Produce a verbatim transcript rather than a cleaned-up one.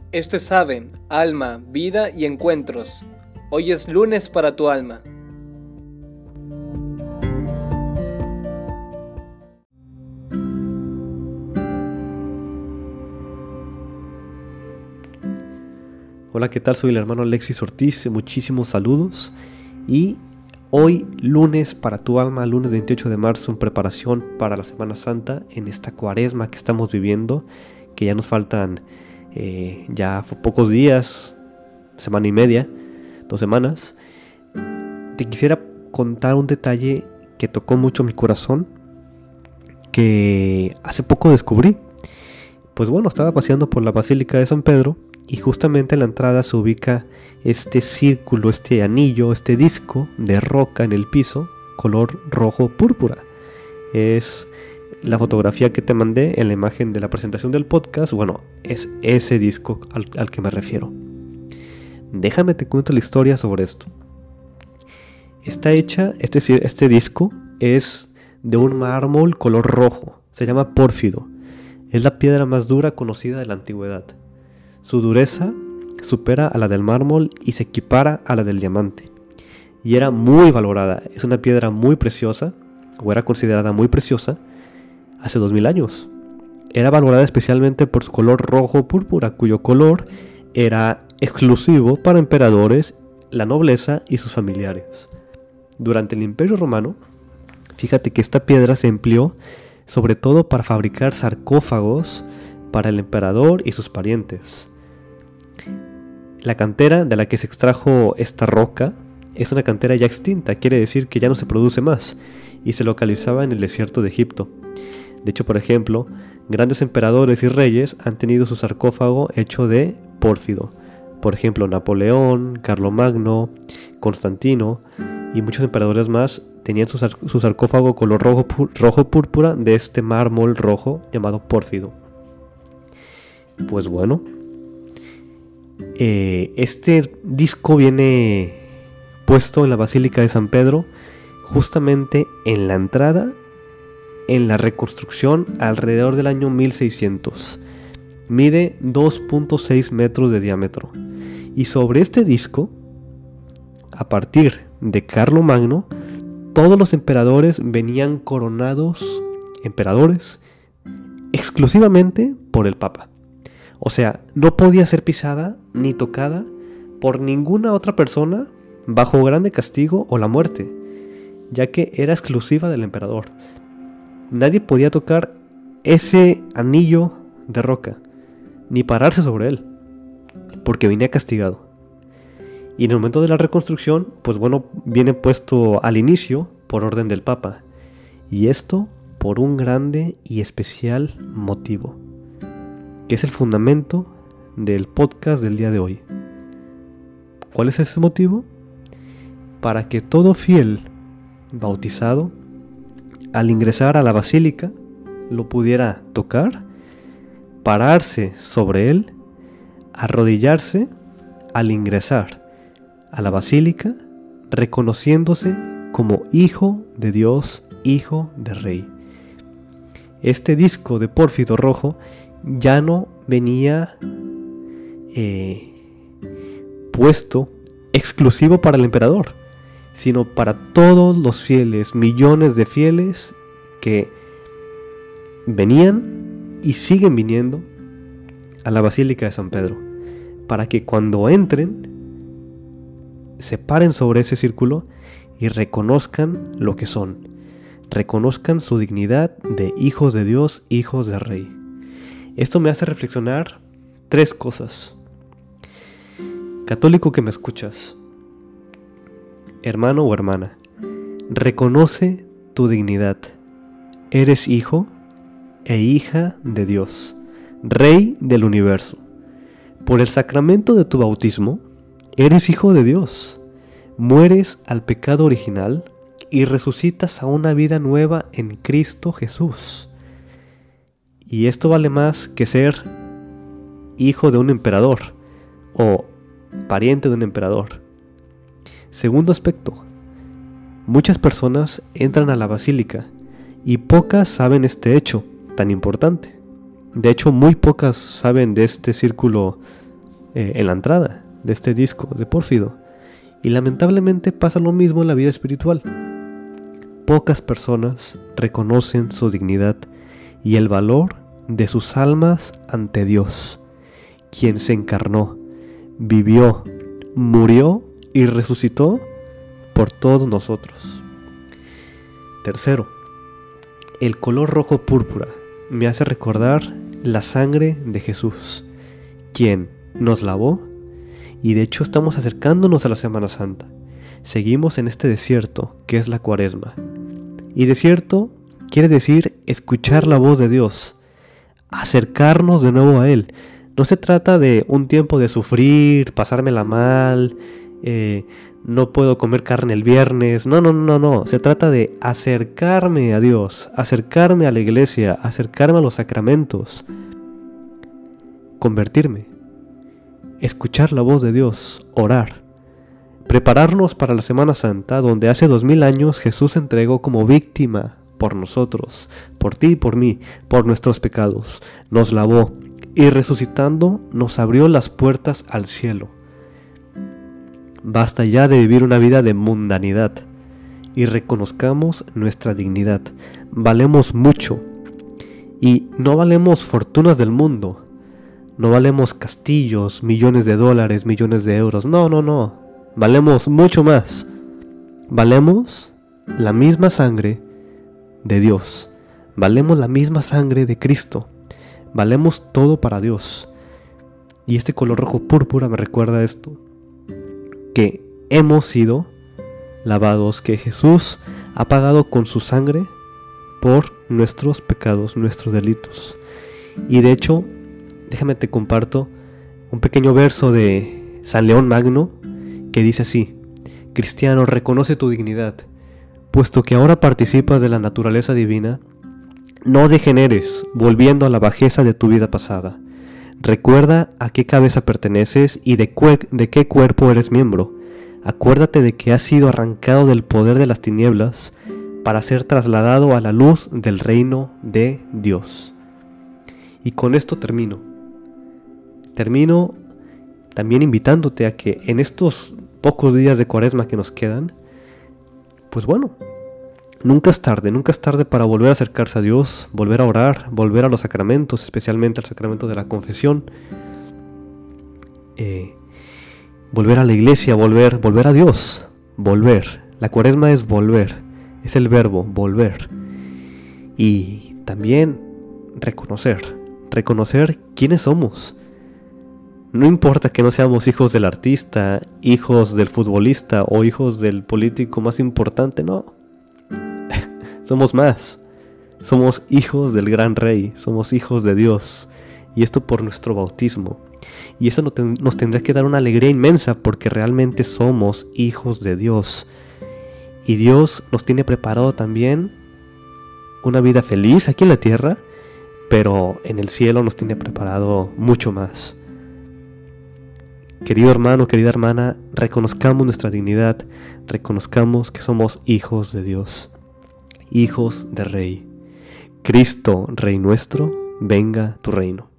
Esto es Ave, Alma, Vida y Encuentros. Hoy es lunes para tu alma. Hola, ¿qué tal? Soy el hermano Alexis Ortiz, muchísimos saludos. Y hoy lunes para tu alma, lunes veintiocho de marzo, en preparación para la Semana Santa, en esta cuaresma que estamos viviendo, que ya nos faltan eh, ya pocos días, semana y media, dos semanas. Te quisiera contar un detalle que tocó mucho mi corazón, que hace poco descubrí. Pues bueno, estaba paseando por la Basílica de San Pedro y justamente en la entrada se ubica este círculo, este anillo, este disco de roca en el piso, color rojo púrpura. Es la fotografía que te mandé en la imagen de la presentación del podcast. Bueno, es ese disco al, al que me refiero. Déjame te cuento la historia sobre esto. Está hecha, este, este disco es de un mármol color rojo. Se llama pórfido. Es la piedra más dura conocida de la antigüedad. Su dureza supera a la del mármol y se equipara a la del diamante. Y era muy valorada. Es una piedra muy preciosa, o era considerada muy preciosa, hace dos mil años. Era valorada especialmente por su color rojo púrpura, cuyo color era exclusivo para emperadores, la nobleza y sus familiares. Durante el Imperio Romano, fíjate que esta piedra se empleó sobre todo para fabricar sarcófagos para el emperador y sus parientes. La cantera de la que se extrajo esta roca es una cantera ya extinta, quiere decir que ya no se produce más, y se localizaba en el desierto de Egipto. De hecho, por ejemplo, grandes emperadores y reyes han tenido su sarcófago hecho de pórfido. Por ejemplo, Napoleón, Carlomagno, Constantino y muchos emperadores más tenían su, sar- su sarcófago color rojo, pu- rojo púrpura de este mármol rojo llamado pórfido. Pues bueno, eh, este disco viene puesto en la Basílica de San Pedro, justamente en la entrada, en la reconstrucción alrededor del año mil seiscientos. Mide dos punto seis metros de diámetro. Y sobre este disco, a partir de Carlomagno, todos los emperadores venían coronados, emperadores, exclusivamente por el Papa. O sea, no podía ser pisada ni tocada por ninguna otra persona bajo grande castigo o la muerte, ya que era exclusiva del emperador. Nadie podía tocar ese anillo de roca, ni pararse sobre él, porque venía castigado. Y en el momento de la reconstrucción, pues bueno, viene puesto al inicio por orden del Papa. Y esto por un grande y especial motivo, que es el fundamento del podcast del día de hoy. ¿Cuál es ese motivo? Para que todo fiel bautizado, al ingresar a la basílica, lo pudiera tocar, pararse sobre él, arrodillarse al ingresar a la basílica, reconociéndose como hijo de Dios, hijo de Rey. Este disco de pórfido rojo ya no venía eh, puesto exclusivo para el emperador, sino para todos los fieles, millones de fieles que venían y siguen viniendo a la Basílica de San Pedro, para que cuando entren se paren sobre ese círculo y reconozcan lo que son, reconozcan su dignidad de hijos de Dios, hijos de Rey. Esto me hace reflexionar tres cosas. Católico que me escuchas, hermano o hermana, reconoce tu dignidad. Eres hijo e hija de Dios, Rey del universo. Por el sacramento de tu bautismo, eres hijo de Dios. Mueres al pecado original y resucitas a una vida nueva en Cristo Jesús. Y esto vale más que ser hijo de un emperador o pariente de un emperador. Segundo aspecto, muchas personas entran a la basílica y pocas saben este hecho tan importante. De hecho, muy pocas saben de este círculo eh, en la entrada de este disco de Pórfido. Y lamentablemente pasa lo mismo en la vida espiritual. Pocas personas reconocen su dignidad y el valor de sus almas ante Dios, quien se encarnó, vivió, murió y resucitó por todos nosotros. Tercero, el color rojo púrpura me hace recordar la sangre de Jesús, quien nos lavó, y de hecho estamos acercándonos a la Semana Santa. Seguimos en este desierto que es la Cuaresma. Y desierto quiere decir escuchar la voz de Dios, acercarnos de nuevo a Él. No se trata de un tiempo de sufrir, pasármela mal, eh, no puedo comer carne el viernes. No, no, no, no. Se trata de acercarme a Dios, acercarme a la iglesia, acercarme a los sacramentos, convertirme, escuchar la voz de Dios, orar. Prepararnos para la Semana Santa, donde hace dos mil años Jesús se entregó como víctima por nosotros, por ti y por mí, por nuestros pecados. Nos lavó y resucitando nos abrió las puertas al cielo. Basta ya de vivir una vida de mundanidad y reconozcamos nuestra dignidad. Valemos mucho y no valemos fortunas del mundo. No valemos castillos, millones de dólares, millones de euros. No, no, no. Valemos mucho más. Valemos la misma sangre de Dios. Valemos la misma sangre de Cristo. Valemos todo para Dios. Y este color rojo púrpura me recuerda esto. Que hemos sido lavados, que Jesús ha pagado con su sangre por nuestros pecados, nuestros delitos. Y de hecho, déjame te comparto un pequeño verso de San León Magno, que dice así: cristiano, reconoce tu dignidad, puesto que ahora participas de la naturaleza divina. No degeneres, volviendo a la bajeza de tu vida pasada. Recuerda a qué cabeza perteneces y de, cue- de qué cuerpo eres miembro. Acuérdate de que has sido arrancado del poder de las tinieblas para ser trasladado a la luz del reino de Dios. Y con esto termino. Termino también invitándote a que en estos pocos días de Cuaresma que nos quedan, pues bueno, nunca es tarde, nunca es tarde para volver a acercarse a Dios, volver a orar, volver a los sacramentos, especialmente al sacramento de la confesión, eh, volver a la iglesia, volver, volver a Dios, volver. La Cuaresma es volver, es el verbo volver. Y también reconocer, reconocer quiénes somos. No importa que no seamos hijos del artista, hijos del futbolista o hijos del político más importante, no. Somos más. Somos hijos del gran rey, somos hijos de Dios. Y esto por nuestro bautismo. Y eso nos tendrá que dar una alegría inmensa porque realmente somos hijos de Dios. Y Dios nos tiene preparado también una vida feliz aquí en la tierra, pero en el cielo nos tiene preparado mucho más. Querido hermano, querida hermana, reconozcamos nuestra dignidad, reconozcamos que somos hijos de Dios, hijos de Rey. Cristo, Rey nuestro, venga tu reino.